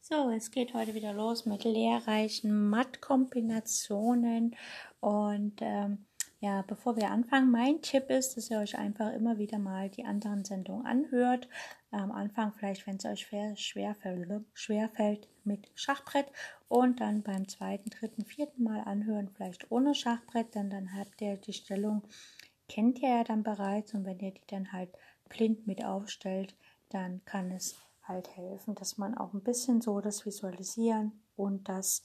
So, es geht heute wieder los mit lehrreichen Mattkombinationen und bevor wir anfangen, mein Tipp ist, dass ihr euch einfach immer wieder mal die anderen Sendungen anhört. Am Anfang vielleicht, wenn es euch schwerfällt mit Schachbrett und dann beim zweiten, dritten, vierten Mal anhören, vielleicht ohne Schachbrett, denn dann habt ihr die Stellung, kennt ihr ja dann bereits, und wenn ihr die dann halt blind mit aufstellt, dann kann es halt helfen, dass man auch ein bisschen so das Visualisieren und das,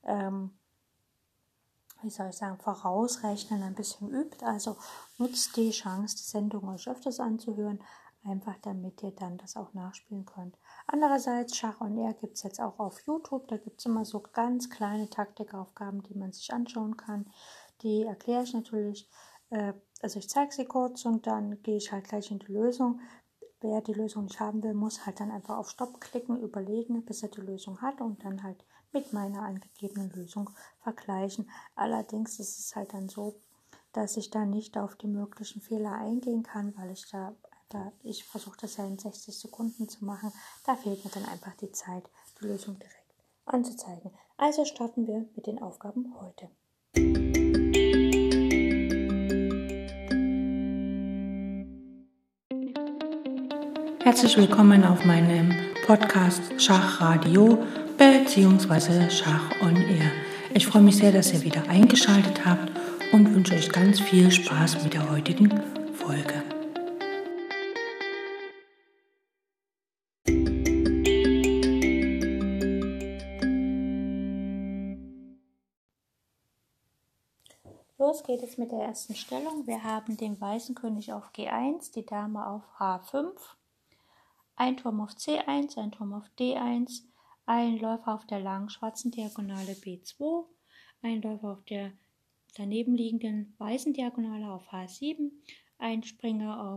Vorausrechnen ein bisschen übt. Also nutzt die Chance, die Sendung euch öfters anzuhören, einfach damit ihr dann das auch nachspielen könnt. Andererseits, Schach on Air gibt es jetzt auch auf YouTube. Da gibt es immer so ganz kleine Taktikaufgaben, die man sich anschauen kann. Die erkläre ich natürlich. Also ich zeige sie kurz und dann gehe ich halt gleich in die Lösung. Wer die Lösung nicht haben will, muss halt dann einfach auf Stopp klicken, überlegen, bis er die Lösung hat und dann halt mit meiner angegebenen Lösung vergleichen. Allerdings ist es halt dann so, dass ich da nicht auf die möglichen Fehler eingehen kann, weil ich versuche das ja in 60 Sekunden zu machen. Da fehlt mir dann einfach die Zeit, die Lösung direkt anzuzeigen. Also starten wir mit den Aufgaben heute. Herzlich willkommen auf meinem Podcast Schachradio bzw. Schach on Air. Ich freue mich sehr, dass ihr wieder eingeschaltet habt und wünsche euch ganz viel Spaß mit der heutigen Folge. Los geht es mit der ersten Stellung. Wir haben den weißen König auf G1, die Dame auf H5, ein Turm auf C1, ein Turm auf D1, ein Läufer auf der langen schwarzen Diagonale B2, ein Läufer auf der daneben liegenden weißen Diagonale auf H7, ein Springer auf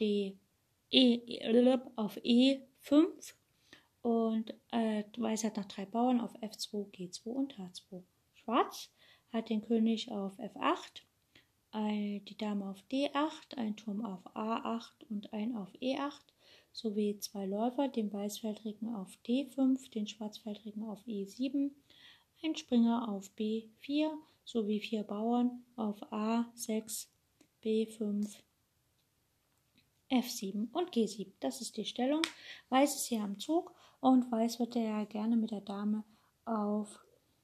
E5 und Weiß hat noch 3 Bauern auf F2, G2 und H2. Schwarz hat den König auf F8, die Dame auf D8, ein Turm auf A8 und ein auf E8, sowie 2 Läufer, den Weißfeldrigen auf D5, den Schwarzfeldrigen auf E7, ein Springer auf B4 sowie 4 Bauern auf A6, B5, F7 und G7. Das ist die Stellung. Weiß ist hier am Zug und Weiß wird ja gerne mit der Dame auf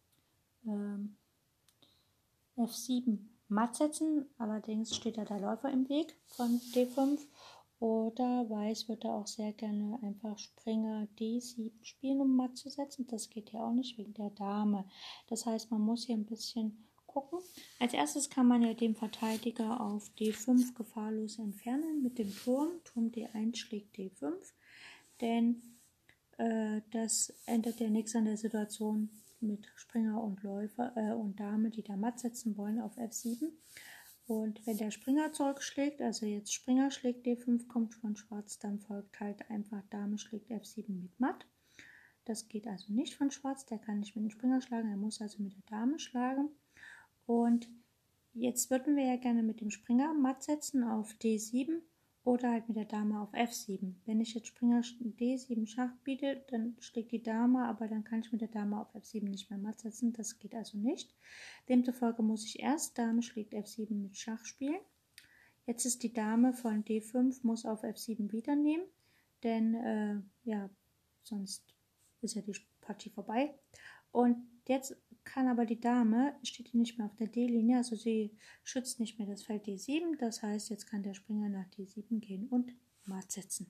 F7 matt setzen. Allerdings steht da der Läufer im Weg von D5. Oder Weiß würde auch sehr gerne einfach Springer D7 spielen, um matt zu setzen. Das geht ja auch nicht wegen der Dame. Das heißt, man muss hier ein bisschen gucken. Als erstes kann man ja den Verteidiger auf D5 gefahrlos entfernen mit dem Turm. Turm D1 schlägt D5, denn das ändert ja nichts an der Situation mit Springer und Läufer und Dame, die da matt setzen wollen auf F7. Und wenn der Springer zurückschlägt, also jetzt Springer schlägt D5, kommt von Schwarz, dann folgt halt einfach Dame schlägt F7 mit matt. Das geht also nicht von Schwarz, der kann nicht mit dem Springer schlagen, er muss also mit der Dame schlagen. Und jetzt würden wir ja gerne mit dem Springer matt setzen auf D7 oder halt mit der Dame auf F7. Wenn ich jetzt Springer D7 Schach biete, dann schlägt die Dame, aber dann kann ich mit der Dame auf F7 nicht mehr matt setzen. Das geht also nicht. Demzufolge muss ich erst Dame schlägt F7 mit Schach spielen. Jetzt ist die Dame von D5, muss auf F7 wieder nehmen, denn sonst ist ja die Partie vorbei. Und jetzt kann aber die Dame, steht die nicht mehr auf der D-Linie, also sie schützt nicht mehr das Feld D7, das heißt, jetzt kann der Springer nach D7 gehen und matt setzen.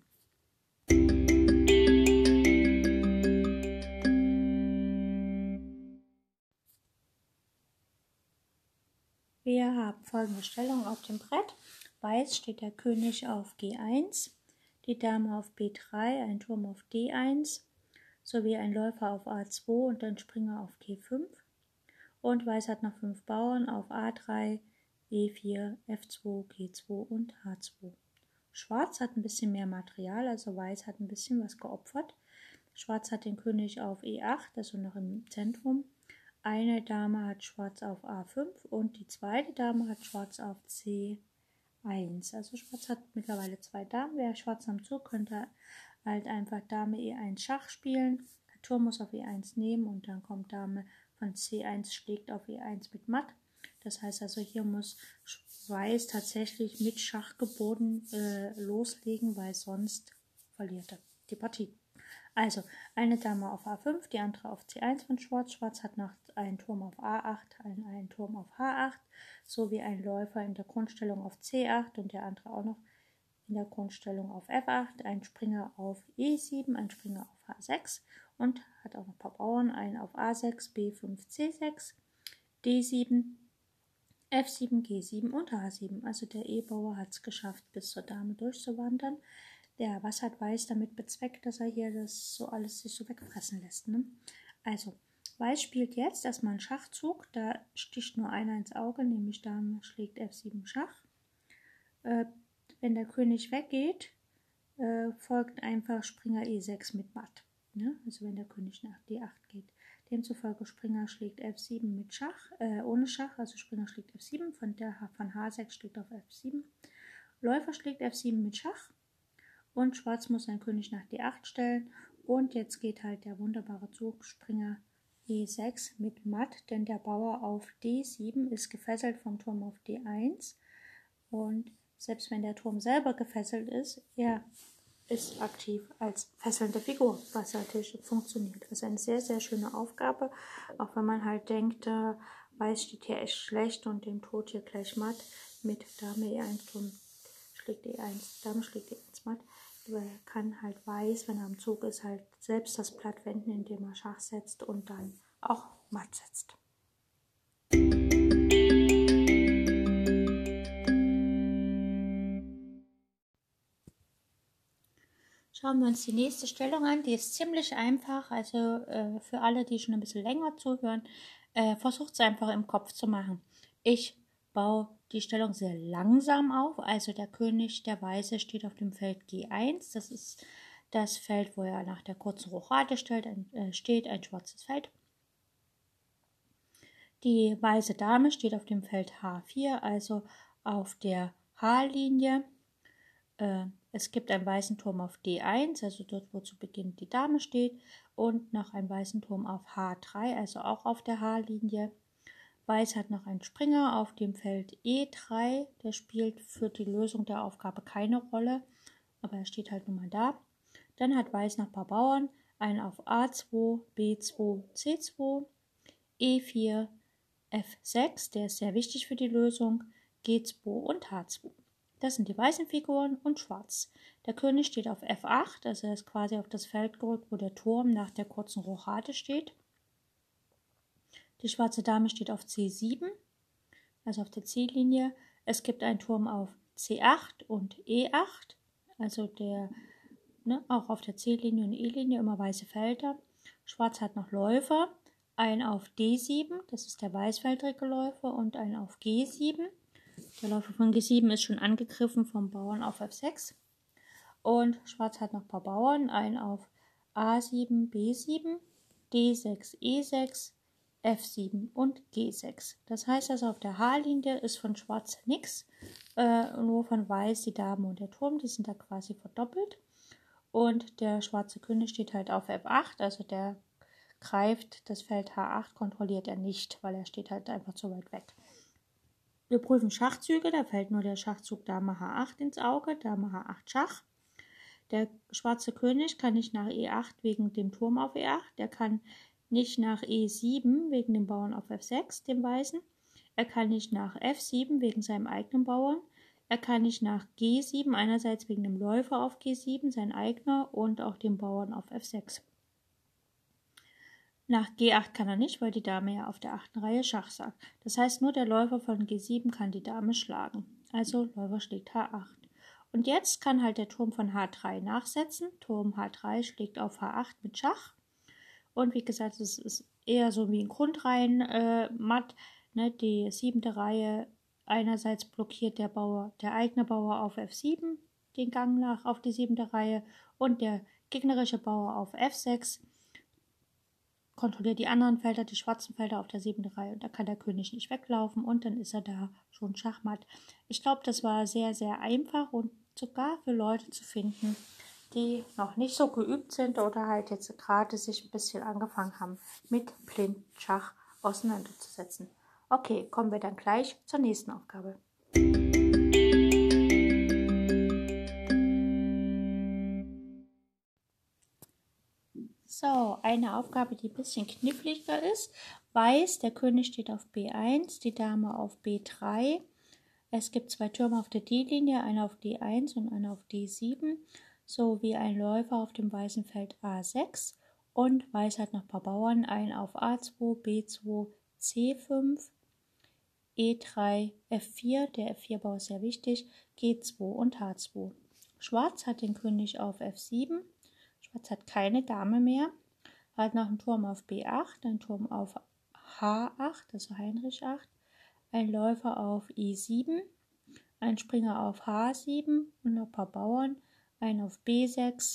Wir haben folgende Stellung auf dem Brett. Weiß steht der König auf G1, die Dame auf B3, ein Turm auf D1, sowie ein Läufer auf A2 und ein Springer auf G5. Und Weiß hat noch 5 Bauern auf A3, E4, F2, G2 und H2. Schwarz hat ein bisschen mehr Material, also Weiß hat ein bisschen was geopfert. Schwarz hat den König auf E8, also noch im Zentrum. Eine Dame hat Schwarz auf A5 und die zweite Dame hat Schwarz auf C1. Also Schwarz hat mittlerweile 2 Damen. Wer Schwarz am Zug könnte halt einfach Dame E1 Schach spielen, Turm muss auf E1 nehmen und dann kommt Dame von C1 schlägt auf E1 mit Matt. Das heißt also, hier muss Weiß tatsächlich mit Schach geboten loslegen, weil sonst verliert er die Partie. Also eine Dame auf A5, die andere auf C1 von Schwarz. Schwarz hat noch einen Turm auf A8, einen Turm auf H8, sowie einen Läufer in der Grundstellung auf C8 und der andere auch noch in der Grundstellung auf F8, ein Springer auf E7, ein Springer auf H6 und hat auch noch ein paar Bauern, einen auf A6, B5, C6, D7, F7, G7 und H7. Also der E-Bauer hat es geschafft, bis zur Dame durchzuwandern. Ja, was hat Weiß damit bezweckt, dass er hier das so alles sich so wegfressen lässt, ne? Also, Weiß spielt jetzt erstmal einen Schachzug, da sticht nur einer ins Auge, nämlich Dame schlägt F7 Schach. Wenn der König weggeht, folgt einfach Springer E6 mit Matt. Ne? Also wenn der König nach D8 geht. Demzufolge Springer schlägt F7 mit Schach, ohne Schach, also Springer schlägt F7, von H6 schlägt auf F7. Läufer schlägt F7 mit Schach und Schwarz muss seinen König nach D8 stellen. Und jetzt geht halt der wunderbare Zug Springer E6 mit Matt, denn der Bauer auf D7 ist gefesselt vom Turm auf D1 und selbst wenn der Turm selber gefesselt ist, er ist aktiv als fesselnde Figur, was natürlich funktioniert. Das ist eine sehr, sehr schöne Aufgabe, auch wenn man halt denkt, Weiß steht hier echt schlecht und dem Tod hier gleich Matt mit Dame E1, Turm schlägt E1, Dame schlägt E1 Matt. Kann halt Weiß, wenn er am Zug ist, halt selbst das Blatt wenden, indem er Schach setzt und dann auch Matt setzt. Schauen wir uns die nächste Stellung an. Die ist ziemlich einfach, also für alle, die schon ein bisschen länger zuhören, versucht es einfach im Kopf zu machen. Ich baue die Stellung sehr langsam auf, also der König, der Weiße, steht auf dem Feld G1. Das ist das Feld, wo er nach der kurzen Rochade steht, ein schwarzes Feld. Die weiße Dame steht auf dem Feld H4, also auf der H-Linie. Es gibt einen weißen Turm auf D1, also dort, wo zu Beginn die Dame steht, und noch einen weißen Turm auf H3, also auch auf der H-Linie. Weiß hat noch einen Springer auf dem Feld E3, der spielt für die Lösung der Aufgabe keine Rolle, aber er steht halt nun mal da. Dann hat Weiß noch ein paar Bauern, einen auf A2, B2, C2, E4, F6, der ist sehr wichtig für die Lösung, G2 und H2. Das sind die weißen Figuren und schwarz. Der König steht auf F8, also er ist quasi auf das Feld gerückt, wo der Turm nach der kurzen Rochade steht. Die schwarze Dame steht auf C7, also auf der C-Linie. Es gibt einen Turm auf C8 und E8, also auch auf der C-Linie und E-Linie immer weiße Felder. Schwarz hat noch Läufer, einen auf D7, das ist der weißfeldrige Läufer, und einen auf G7. Der Läufer von G7 ist schon angegriffen vom Bauern auf F6. Und Schwarz hat noch ein paar Bauern, einen auf A7, B7, D6, E6, F7 und G6. Das heißt also, auf der H-Linie ist von Schwarz nichts, nur von Weiß die Dame und der Turm, die sind da quasi verdoppelt. Und der schwarze König steht halt auf F8, also der greift das Feld H8, kontrolliert er nicht, weil er steht halt einfach zu weit weg. Wir prüfen Schachzüge, da fällt nur der Schachzug Dame H8 ins Auge, Dame H8 Schach. Der schwarze König kann nicht nach E8 wegen dem Turm auf E8, der kann nicht nach E7 wegen dem Bauern auf F6, dem Weißen. Er kann nicht nach F7 wegen seinem eigenen Bauern. Er kann nicht nach G7, einerseits wegen dem Läufer auf G7, sein eigener, und auch dem Bauern auf F6. Nach G8 kann er nicht, weil die Dame ja auf der 8. Reihe Schach sagt. Das heißt, nur der Läufer von G7 kann die Dame schlagen. Also Läufer schlägt H8. Und jetzt kann halt der Turm von H3 nachsetzen. Turm H3 schlägt auf H8 mit Schach. Und wie gesagt, es ist eher so wie ein Grundreihen-Matt. Ne? Die 7. Reihe, einerseits blockiert der eigene Bauer auf F7 den Gang nach auf die 7. Reihe und der gegnerische Bauer auf F6 kontrolliert die anderen Felder, die schwarzen Felder auf der 7. Reihe, und da kann der König nicht weglaufen und dann ist er da schon schachmatt. Ich glaube, das war sehr, sehr einfach und sogar für Leute zu finden, die noch nicht so geübt sind oder halt jetzt gerade sich ein bisschen angefangen haben, mit Blindschach auseinanderzusetzen. Okay, kommen wir dann gleich zur nächsten Aufgabe. So, eine Aufgabe, die ein bisschen kniffliger ist. Weiß, der König steht auf B1, die Dame auf B3. Es gibt 2 Türme auf der D-Linie, einer auf D1 und einer auf D7, sowie ein Läufer auf dem weißen Feld A6. Und Weiß hat noch ein paar Bauern, einen auf A2, B2, C5, E3, F4, der F4-Bau ist sehr wichtig, G2 und H2. Schwarz hat den König auf F7, Schwarz hat keine Dame mehr, hat noch einen Turm auf B8, einen Turm auf H8, also Heinrich 8, ein Läufer auf I7, ein Springer auf H7 und noch ein paar Bauern, einen auf B6,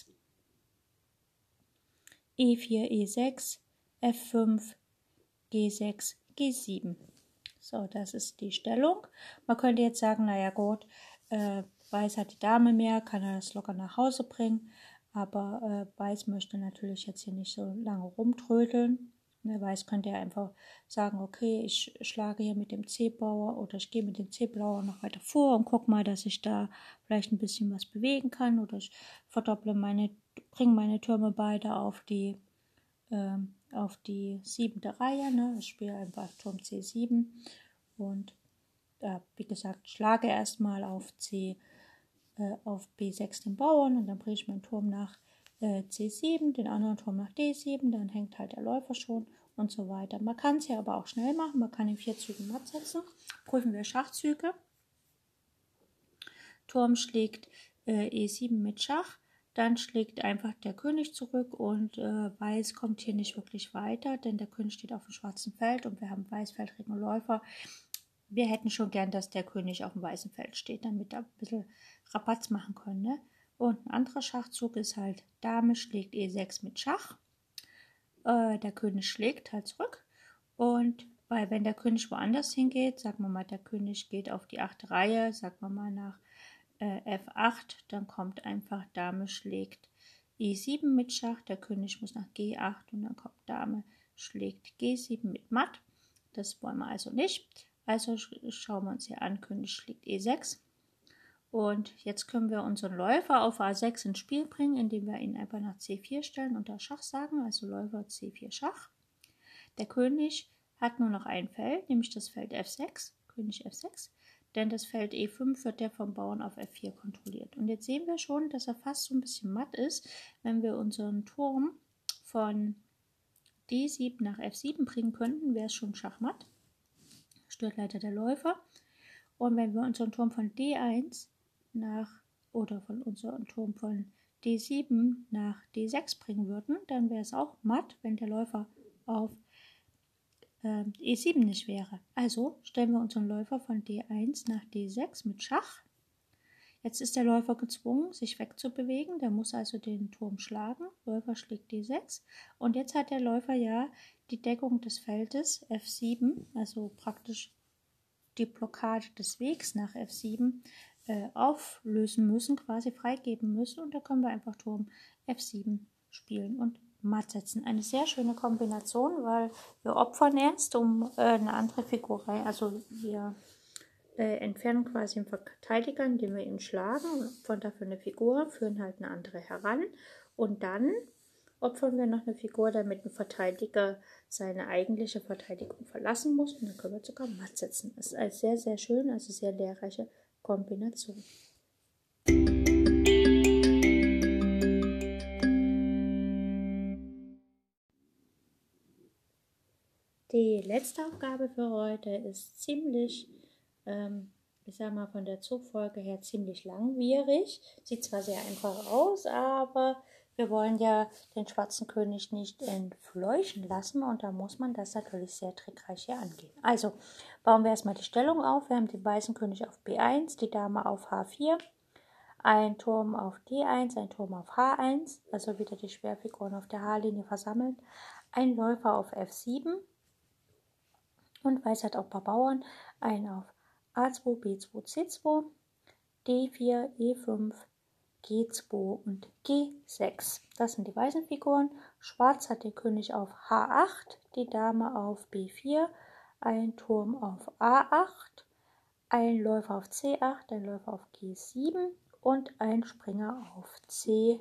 E4, E6, F5, G6, G7. So, das ist die Stellung. Man könnte jetzt sagen, naja gut, Weiß hat die Dame mehr, kann er das locker nach Hause bringen, aber Weiß möchte natürlich jetzt hier nicht so lange rumtrödeln. Weiß könnte ja einfach sagen, okay, ich schlage hier mit dem C-Bauer oder ich gehe mit dem C-Bauer noch weiter vor und gucke mal, dass ich da vielleicht ein bisschen was bewegen kann oder ich bringe meine Türme beide auf die 7. Reihe. Ne? Ich spiele einfach Turm C7 und wie gesagt, schlage erstmal auf B6 den Bauern und dann bringe ich meinen Turm nach C7, den anderen Turm nach D7, dann hängt halt der Läufer schon und so weiter. Man kann es ja aber auch schnell machen, man kann in 4 Zügen matt setzen. Prüfen wir Schachzüge. Turm schlägt E7 mit Schach, dann schlägt einfach der König zurück und Weiß kommt hier nicht wirklich weiter, denn der König steht auf dem schwarzen Feld und wir haben weißfeldrigen Läufer. Wir hätten schon gern, dass der König auf dem weißen Feld steht, damit wir ein bisschen Rabatz machen können. Ne? Und ein anderer Schachzug ist halt, Dame schlägt E6 mit Schach. Der König schlägt halt zurück. Und wenn der König woanders hingeht, sagen wir mal, der König geht auf die 8. Reihe, sagen wir mal nach F8, dann kommt einfach Dame schlägt E7 mit Schach, der König muss nach G8 und dann kommt Dame schlägt G7 mit Matt. Das wollen wir also nicht. Also schauen wir uns hier an, König schlägt E6. Und jetzt können wir unseren Läufer auf A6 ins Spiel bringen, indem wir ihn einfach nach C4 stellen und da Schach sagen, also Läufer C4 Schach. Der König hat nur noch ein Feld, nämlich das Feld F6, König F6, denn das Feld E5 wird der vom Bauern auf F4 kontrolliert. Und jetzt sehen wir schon, dass er fast so ein bisschen matt ist, wenn wir unseren Turm von D7 nach F7 bringen könnten, wäre es schon schachmatt. Stört leider der Läufer. Und wenn wir unseren Turm von D1 von unserem Turm von D7 nach D6 bringen würden, dann wäre es auch matt, wenn der Läufer auf E7 nicht wäre. Also stellen wir unseren Läufer von D1 nach D6 mit Schach. Jetzt ist der Läufer gezwungen, sich wegzubewegen. Der muss also den Turm schlagen. Läufer schlägt D6. Und jetzt hat der Läufer ja die Deckung des Feldes F7, also praktisch die Blockade des Wegs nach F7 auflösen müssen, quasi freigeben müssen. Und da können wir einfach Turm F7 spielen und matt setzen. Eine sehr schöne Kombination, weil wir opfern erst, um eine andere Figur rein. Also wir entfernen quasi den Verteidiger, indem wir ihn schlagen und opfern dafür eine Figur, führen halt eine andere heran. Und dann opfern wir noch eine Figur, damit ein Verteidiger seine eigentliche Verteidigung verlassen muss. Und dann können wir sogar matt setzen. Das ist eine sehr, sehr schön, also sehr lehrreiche Kombination. Die letzte Aufgabe für heute ist ziemlich, ich sag mal von der Zugfolge her ziemlich langwierig. Sieht zwar sehr einfach aus, aber wir wollen ja den schwarzen König nicht entfleuchen lassen und da muss man das natürlich sehr trickreich hier angehen. Also bauen wir erstmal die Stellung auf. Wir haben den weißen König auf B1, die Dame auf H4, ein Turm auf D1, ein Turm auf H1, also wieder die Schwerfiguren auf der H-Linie versammelt, ein Läufer auf F7 und Weiß hat auch ein paar Bauern, einen auf A2, B2, C2, D4, E5, G2 und G6. Das sind die weißen Figuren. Schwarz hat den König auf H8, die Dame auf B4, ein Turm auf A8, ein Läufer auf C8, ein Läufer auf G7 und ein Springer auf C4.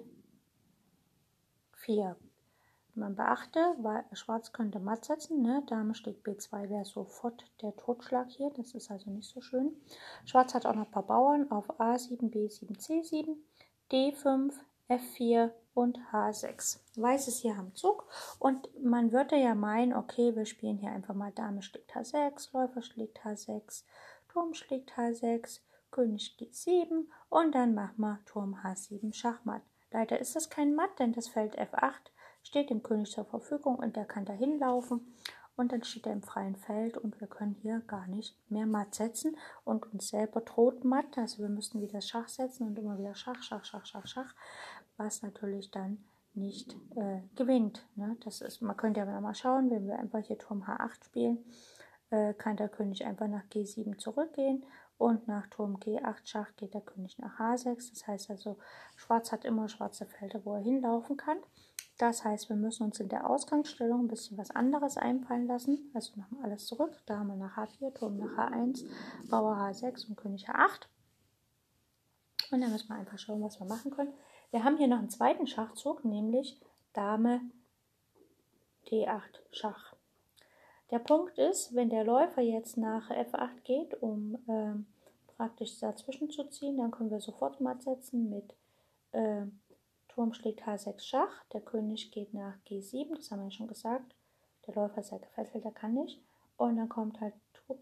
Man beachte, weil Schwarz könnte matt setzen, ne? Dame schlägt B2 wäre sofort der Totschlag hier, das ist also nicht so schön. Schwarz hat auch noch ein paar Bauern auf A7, B7, C7, D5, F4 und H6. Weiß ist hier am Zug und man würde ja meinen, okay, wir spielen hier einfach mal Dame schlägt H6, Läufer schlägt H6, Turm schlägt H6, König G7 und dann machen wir Turm H7 Schachmatt. Leider ist das kein Matt, denn das Feld F8 steht dem König zur Verfügung und der kann dahin laufen und dann steht er im freien Feld und wir können hier gar nicht mehr matt setzen und uns selber droht matt, also wir müssen wieder Schach setzen und immer wieder Schach, Schach, Schach, Schach, Schach, was natürlich dann nicht gewinnt. Ne? Das ist, man könnte ja mal schauen, wenn wir einfach hier Turm H8 spielen, kann der König einfach nach G7 zurückgehen und nach Turm G8 Schach geht der König nach H6. Das heißt also, Schwarz hat immer schwarze Felder, wo er hinlaufen kann. Das heißt, wir müssen uns in der Ausgangsstellung ein bisschen was anderes einfallen lassen. Also machen wir alles zurück. Dame nach H4, Turm nach H1, Bauer H6 und König H8. Und dann müssen wir einfach schauen, was wir machen können. Wir haben hier noch einen zweiten Schachzug, nämlich Dame D8 Schach. Der Punkt ist, wenn der Läufer jetzt nach F8 geht, um praktisch dazwischen zu ziehen, dann können wir sofort matt setzen mit Turm schlägt H6 Schach, der König geht nach G7, das haben wir ja schon gesagt, der Läufer ist ja gefesselt, der kann nicht. Und dann kommt halt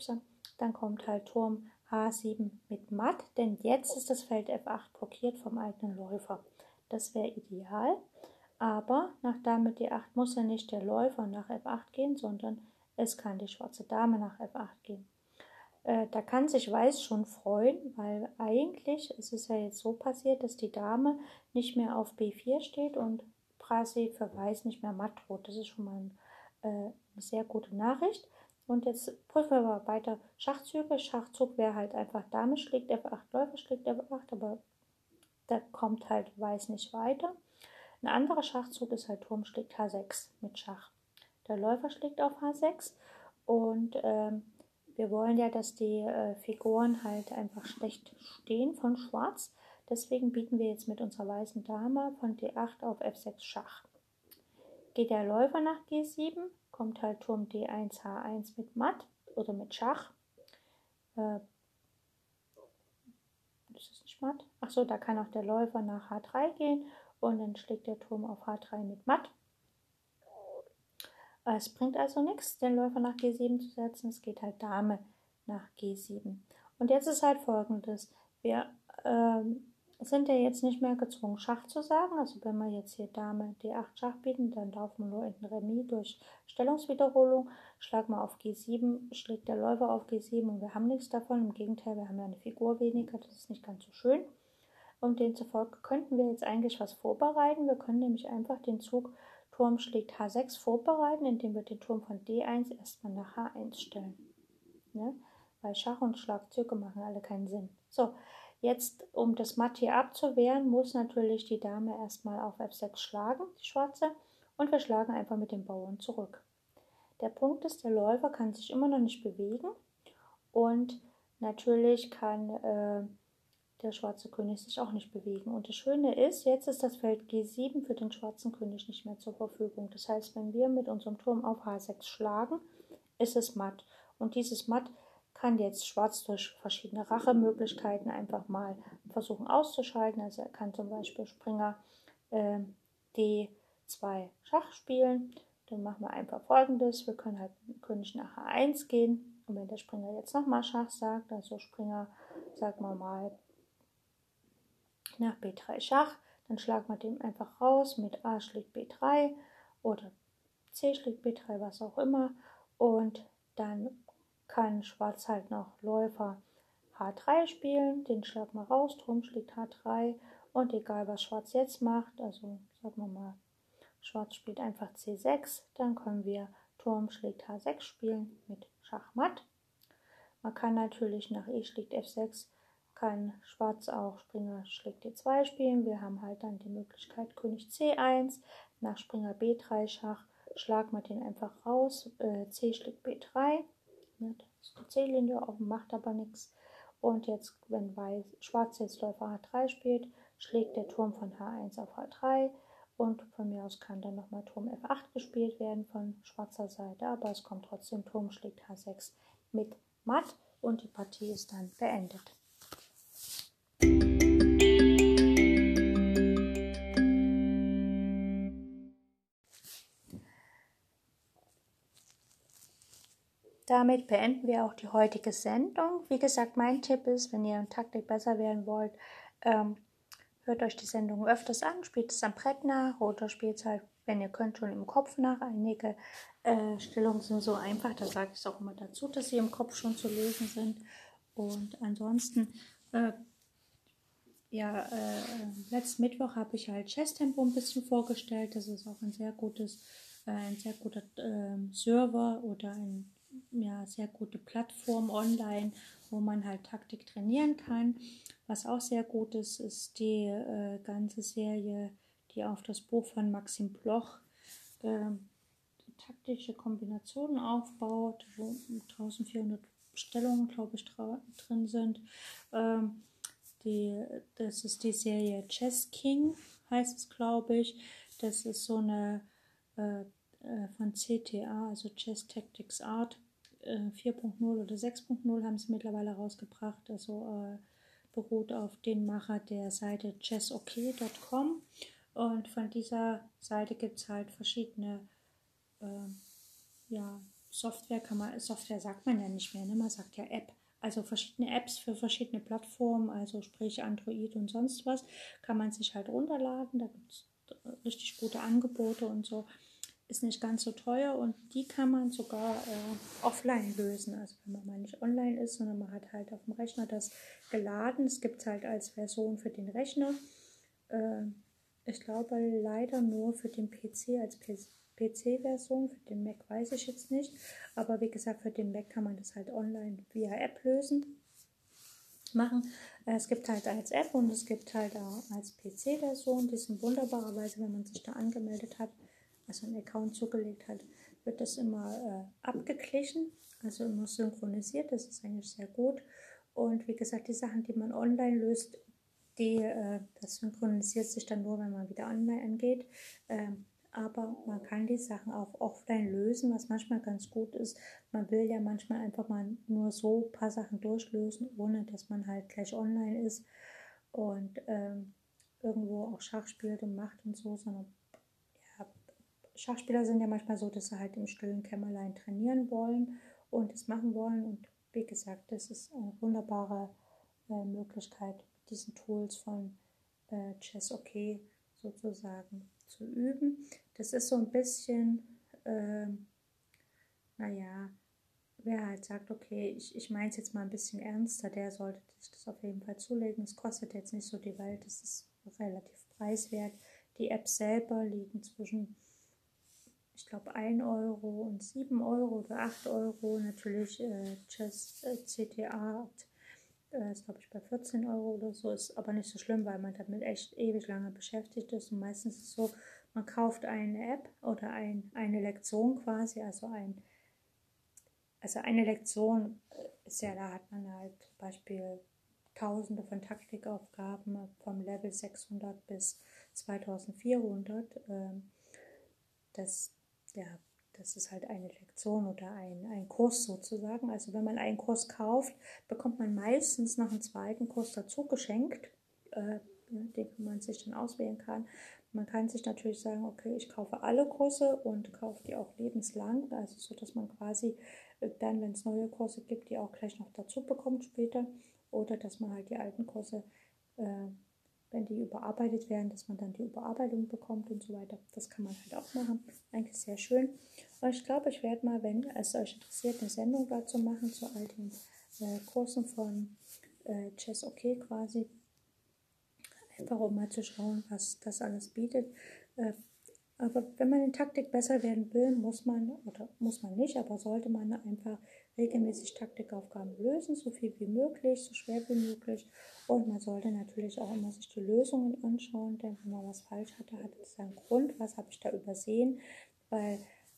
Turm H7 mit Matt, denn jetzt ist das Feld F8 blockiert vom eigenen Läufer. Das wäre ideal, aber nach Dame D8 muss ja nicht der Läufer nach F8 gehen, sondern es kann die schwarze Dame nach F8 gehen. Da kann sich Weiß schon freuen, weil eigentlich ist es ja jetzt so passiert, dass die Dame nicht mehr auf B4 steht und quasi für Weiß nicht mehr matt droht. Das ist schon mal eine sehr gute Nachricht. Und jetzt prüfen wir aber weiter Schachzüge. Schachzug wäre halt einfach Dame schlägt F8, Läufer schlägt F8, aber da kommt halt Weiß nicht weiter. Ein anderer Schachzug ist halt Turm schlägt H6 mit Schach. Der Läufer schlägt auf H6 und wir wollen ja, dass die Figuren halt einfach schlecht stehen von Schwarz. Deswegen bieten wir jetzt mit unserer weißen Dame von D8 auf F6 Schach. Geht der Läufer nach G7, kommt halt Turm D1, H1 mit Matt oder mit Schach. Ist das nicht Matt? Achso, da kann auch der Läufer nach H3 gehen und dann schlägt der Turm auf H3 mit Matt. Es bringt also nichts, den Läufer nach G7 zu setzen. Es geht halt Dame nach G7. Und jetzt ist halt Folgendes. Wir sind ja jetzt nicht mehr gezwungen, Schach zu sagen. Also wenn wir jetzt hier Dame D8 Schach bieten, dann laufen wir nur in den Remis durch Stellungswiederholung. Schlagen wir auf G7, schlägt der Läufer auf G7 und wir haben nichts davon. Im Gegenteil, wir haben ja eine Figur weniger, das ist nicht ganz so schön. Und demzufolge könnten wir jetzt eigentlich was vorbereiten. Wir können nämlich einfach den Zug Turm schlägt H6 vorbereiten, indem wir den Turm von D1 erstmal nach H1 stellen. Ne? Weil Schach und Schlagzeuge machen alle keinen Sinn. So, jetzt, um das Matt hier abzuwehren, muss natürlich die Dame erstmal auf F6 schlagen, die schwarze, und wir schlagen einfach mit dem Bauern zurück. Der Punkt ist, der Läufer kann sich immer noch nicht bewegen und natürlich kann der schwarze König sich auch nicht bewegen. Und das Schöne ist, jetzt ist das Feld G7 für den schwarzen König nicht mehr zur Verfügung. Das heißt, wenn wir mit unserem Turm auf H6 schlagen, ist es matt. Und dieses Matt kann jetzt Schwarz durch verschiedene Rachemöglichkeiten einfach mal versuchen auszuschalten. Also er kann zum Beispiel Springer D2 Schach spielen. Dann machen wir einfach Folgendes. Wir können halt mit dem König nach H1 gehen. Und wenn der Springer jetzt nochmal Schach sagt, also Springer, sagen wir mal, nach B3 Schach, dann schlagen wir den einfach raus mit A schlägt B3 oder C schlägt B3, was auch immer. Und dann kann Schwarz halt noch Läufer H3 spielen, den schlagen wir raus, Turm schlägt H3 und egal was Schwarz jetzt macht, also sagen wir mal, Schwarz spielt einfach C6, dann können wir Turm schlägt H6 spielen mit Schachmatt. Man kann natürlich nach E schlägt F6 kann Schwarz auch Springer schlägt D2 spielen. Wir haben halt dann die Möglichkeit König C1, nach Springer B3 Schach, schlagen wir den einfach raus, C schlägt B3, ne, das ist die C-Linie offen, macht aber nichts. Und jetzt, wenn Schwarz jetzt Läufer H3 spielt, schlägt der Turm von H1 auf H3 und von mir aus kann dann nochmal Turm F8 gespielt werden von schwarzer Seite, aber es kommt trotzdem Turm schlägt H6 mit Matt und die Partie ist dann beendet. Damit beenden wir auch die heutige Sendung. Wie gesagt, mein Tipp ist, wenn ihr in Taktik besser werden wollt, hört euch die Sendung öfters an, spielt es am Brett nach oder spielt es halt, wenn ihr könnt, schon im Kopf nach. Einige Stellungen sind so einfach, da sage ich es auch immer dazu, dass sie im Kopf schon zu lösen sind. Und ansonsten, letzten Mittwoch habe ich halt Chess Tempo ein bisschen vorgestellt. Das ist auch ein sehr guter Server oder eine sehr gute Plattform online, wo man halt Taktik trainieren kann. Was auch sehr gut ist, ist die ganze Serie, die auf das Buch von Maxim Bloch taktische Kombinationen aufbaut, wo 1400 Stellungen, glaube ich, drin sind. Das ist die Serie Chess King, heißt es, glaube ich. Das ist so eine von CTA, also Chess Tactics Art 4.0 oder 6.0 haben sie mittlerweile rausgebracht. Also beruht auf den Macher der Seite chessok.com. Und von dieser Seite gibt es halt verschiedene Software sagt man ja nicht mehr, ne? Man sagt ja App. Also verschiedene Apps für verschiedene Plattformen, also sprich Android und sonst was, kann man sich halt runterladen. Da gibt es richtig gute Angebote und so. Ist nicht ganz so teuer und die kann man sogar offline lösen. Also wenn man mal nicht online ist, sondern man hat halt auf dem Rechner das geladen. Es gibt es halt als Version für den Rechner. Ich glaube leider nur für den PC als PC-Version, für den Mac weiß ich jetzt nicht, aber wie gesagt, für den Mac kann man das halt online via App machen. Es gibt halt als App und es gibt halt auch als PC-Version, die sind wunderbarerweise, wenn man sich da angemeldet hat, also einen Account zugelegt hat, wird das immer abgeglichen, also immer synchronisiert, das ist eigentlich sehr gut. Und wie gesagt, die Sachen, die man online löst, das synchronisiert sich dann nur, wenn man wieder online geht. Aber man kann die Sachen auch offline lösen, was manchmal ganz gut ist. Man will ja manchmal einfach mal nur so ein paar Sachen durchlösen, ohne dass man halt gleich online ist und irgendwo auch Schach spielt und macht und so, sondern ja, Schachspieler sind ja manchmal so, dass sie halt im stillen Kämmerlein trainieren wollen und es machen wollen. Und wie gesagt, das ist eine wunderbare Möglichkeit, mit diesen Tools von ChessOK sozusagen zu üben. Das ist so ein bisschen, wer halt sagt, okay, ich meine es jetzt mal ein bisschen ernster, der sollte sich das auf jeden Fall zulegen. Es kostet jetzt nicht so die Welt, es ist relativ preiswert. Die Apps selber liegen zwischen, ich glaube, 1 Euro und 7 Euro oder 8 Euro. Natürlich Chess CTA ist, glaube ich, bei 14 Euro oder so, ist aber nicht so schlimm, weil man damit echt ewig lange beschäftigt ist. Und meistens ist es so, man kauft eine App oder eine Lektion quasi, also eine Lektion ist ja, da hat man halt zum Beispiel Tausende von Taktikaufgaben vom Level 600 bis 2400. Das ist halt eine Lektion oder ein Kurs sozusagen. Also wenn man einen Kurs kauft, bekommt man meistens noch einen zweiten Kurs dazu geschenkt, den man sich dann auswählen kann. Man kann sich natürlich sagen, okay, ich kaufe alle Kurse und kaufe die auch lebenslang, also so, dass man quasi dann, wenn es neue Kurse gibt, die auch gleich noch dazu bekommt später, oder dass man halt die alten Kurse, wenn die überarbeitet werden, dass man dann die Überarbeitung bekommt und so weiter. Das kann man halt auch machen. Eigentlich sehr schön. Und ich glaube, ich werde mal, wenn es euch interessiert, eine Sendung dazu machen, zu all den Kursen von ChessOK quasi. Einfach um mal zu schauen, was das alles bietet. Aber wenn man in Taktik besser werden will, muss man nicht, aber sollte man einfach regelmäßig Taktikaufgaben lösen, so viel wie möglich, so schwer wie möglich. Und man sollte natürlich auch immer sich die Lösungen anschauen, denn wenn man was falsch hatte, hat es einen Grund, was habe ich da übersehen, weil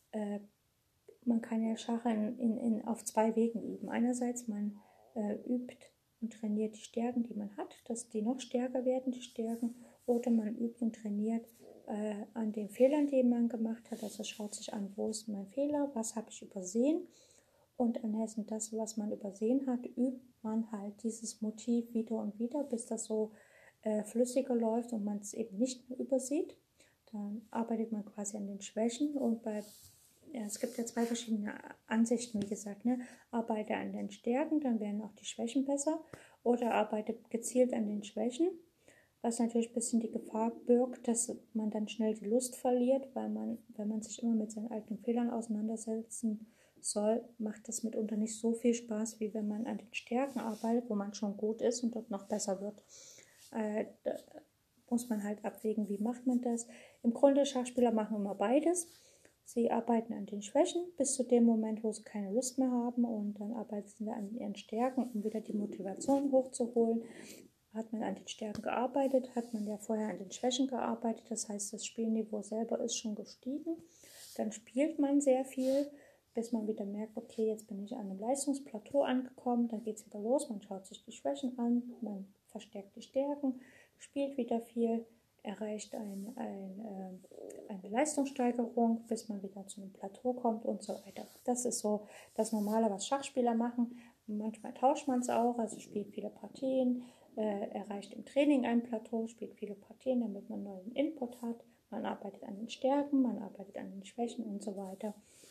man kann ja Schach auf 2 Wegen üben. Einerseits man übt und trainiert die Stärken, die man hat, dass die noch stärker werden, die Stärken, oder man übt und trainiert an den Fehlern, die man gemacht hat. Also schaut sich an, wo ist mein Fehler, was habe ich übersehen, und anhand das, was man übersehen hat, übt man halt dieses Motiv wieder und wieder, bis das so flüssiger läuft und man es eben nicht mehr übersieht. Dann arbeitet man quasi an den Schwächen, und es gibt ja 2 verschiedene Ansichten, wie gesagt, ne? Arbeite an den Stärken, dann werden auch die Schwächen besser, oder arbeite gezielt an den Schwächen, was natürlich ein bisschen die Gefahr birgt, dass man dann schnell die Lust verliert, weil wenn man sich immer mit seinen eigenen Fehlern auseinandersetzen soll, macht das mitunter nicht so viel Spaß, wie wenn man an den Stärken arbeitet, wo man schon gut ist und dort noch besser wird. Da muss man halt abwägen, wie macht man das. Im Grunde, Schachspieler machen immer beides. Sie arbeiten an den Schwächen bis zu dem Moment, wo sie keine Lust mehr haben, und dann arbeiten sie an ihren Stärken, um wieder die Motivation hochzuholen. Hat man an den Stärken gearbeitet, hat man ja vorher an den Schwächen gearbeitet, das heißt, das Spielniveau selber ist schon gestiegen. Dann spielt man sehr viel, bis man wieder merkt, okay, jetzt bin ich an einem Leistungsplateau angekommen, dann geht es wieder los, man schaut sich die Schwächen an, man verstärkt die Stärken, spielt wieder viel, erreicht eine Leistungssteigerung, bis man wieder zu einem Plateau kommt und so weiter. Das ist so das Normale, was Schachspieler machen. Manchmal tauscht man es auch, also spielt viele Partien, erreicht im Training ein Plateau, spielt viele Partien, damit man neuen Input hat. Man arbeitet an den Stärken, man arbeitet an den Schwächen und so weiter.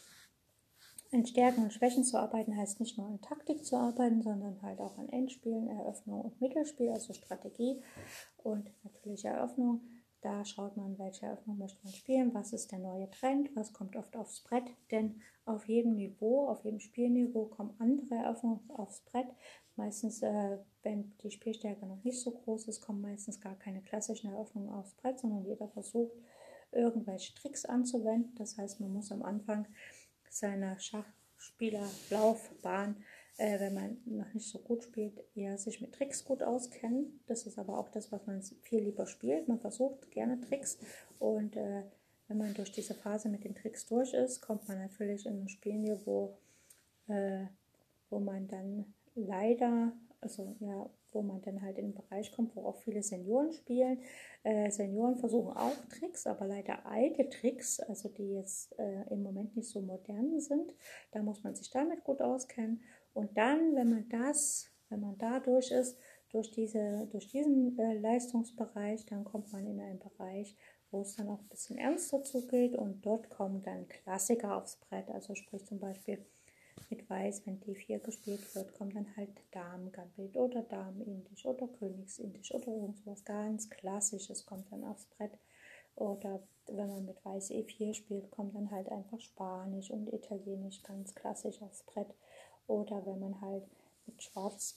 An Stärken und Schwächen zu arbeiten heißt nicht nur an Taktik zu arbeiten, sondern halt auch an Endspielen, Eröffnung und Mittelspiel, also Strategie und natürlich Eröffnung. Da schaut man, welche Eröffnung möchte man spielen, was ist der neue Trend, was kommt oft aufs Brett, denn auf jedem Niveau, auf jedem Spielniveau kommen andere Eröffnungen aufs Brett. Meistens, wenn die Spielstärke noch nicht so groß ist, kommen meistens gar keine klassischen Eröffnungen aufs Brett, sondern jeder versucht, irgendwelche Tricks anzuwenden. Das heißt, man muss am Anfang seiner Schachspielerlaufbahn, wenn man noch nicht so gut spielt, eher sich mit Tricks gut auskennen. Das ist aber auch das, was man viel lieber spielt. Man versucht gerne Tricks, und wenn man durch diese Phase mit den Tricks durch ist, kommt man natürlich in ein Spielniveau, wo man dann leider, wo man dann halt in den Bereich kommt, wo auch viele Senioren spielen. Senioren versuchen auch Tricks, aber leider alte Tricks, also die jetzt im Moment nicht so modern sind. Da muss man sich damit gut auskennen. Und dann, wenn man da durch ist, durch diesen Leistungsbereich, dann kommt man in einen Bereich, wo es dann auch ein bisschen ernster zugeht, und dort kommen dann Klassiker aufs Brett, also sprich zum Beispiel mit Weiß, wenn D4 gespielt wird, kommt dann halt Damen-Gambit oder Damen-Indisch oder Königs-Indisch oder irgendwas ganz Klassisches kommt dann aufs Brett. Oder wenn man mit Weiß E4 spielt, kommt dann halt einfach Spanisch und Italienisch ganz klassisch aufs Brett. Oder wenn man halt mit Schwarz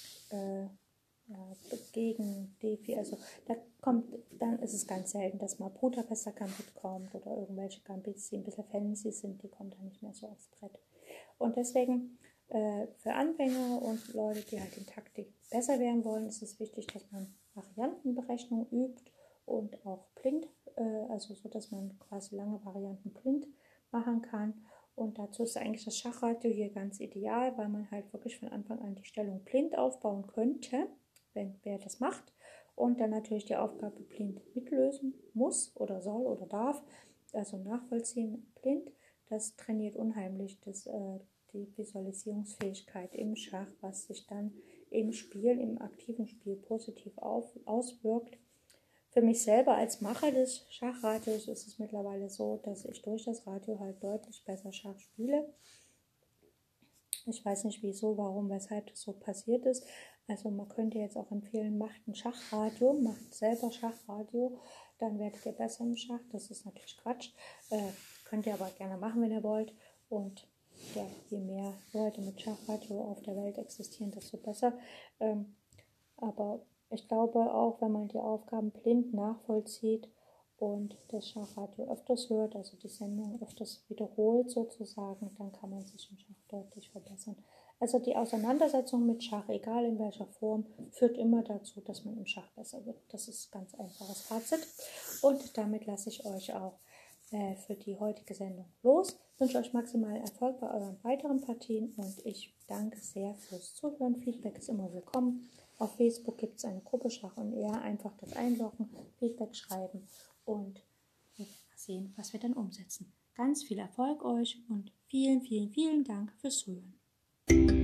gegen D4, also dann ist es ganz selten, dass mal Budapester Gambit kommt oder irgendwelche Gambits, die ein bisschen fancy sind, die kommen dann nicht mehr so aufs Brett. Und deswegen für Anfänger und Leute, die halt in Taktik besser werden wollen, ist es wichtig, dass man Variantenberechnung übt und auch blind, also so, dass man quasi lange Varianten blind machen kann. Und dazu ist eigentlich das Schachradio hier ganz ideal, weil man halt wirklich von Anfang an die Stellung blind aufbauen könnte, wer das macht. Und dann natürlich die Aufgabe blind mitlösen muss oder soll oder darf, also nachvollziehen blind. Das trainiert unheimlich die Visualisierungsfähigkeit im Schach, was sich dann im Spiel, im aktiven Spiel positiv auswirkt. Für mich selber als Macher des Schachradios ist es mittlerweile so, dass ich durch das Radio halt deutlich besser Schach spiele. Ich weiß nicht wieso, warum, weshalb das so passiert ist. Also man könnte jetzt auch empfehlen, macht ein Schachradio, macht selber Schachradio, dann werdet ihr besser im Schach. Das ist natürlich Quatsch. Könnt ihr aber gerne machen, wenn ihr wollt. Und ja, je mehr Leute mit Schachradio auf der Welt existieren, desto besser. Aber ich glaube auch, wenn man die Aufgaben blind nachvollzieht und das Schachradio öfters hört, also die Sendung öfters wiederholt sozusagen, dann kann man sich im Schach deutlich verbessern. Also die Auseinandersetzung mit Schach, egal in welcher Form, führt immer dazu, dass man im Schach besser wird. Das ist ein ganz einfaches Fazit. Und damit lasse ich euch auch für die heutige Sendung los. Ich wünsche euch maximalen Erfolg bei euren weiteren Partien und ich danke sehr fürs Zuhören. Feedback ist immer willkommen. Auf Facebook gibt es eine Gruppe Schach und eher einfach dort einloggen, Feedback schreiben und wir werden sehen, was wir dann umsetzen. Ganz viel Erfolg euch und vielen, vielen, vielen Dank fürs Zuhören.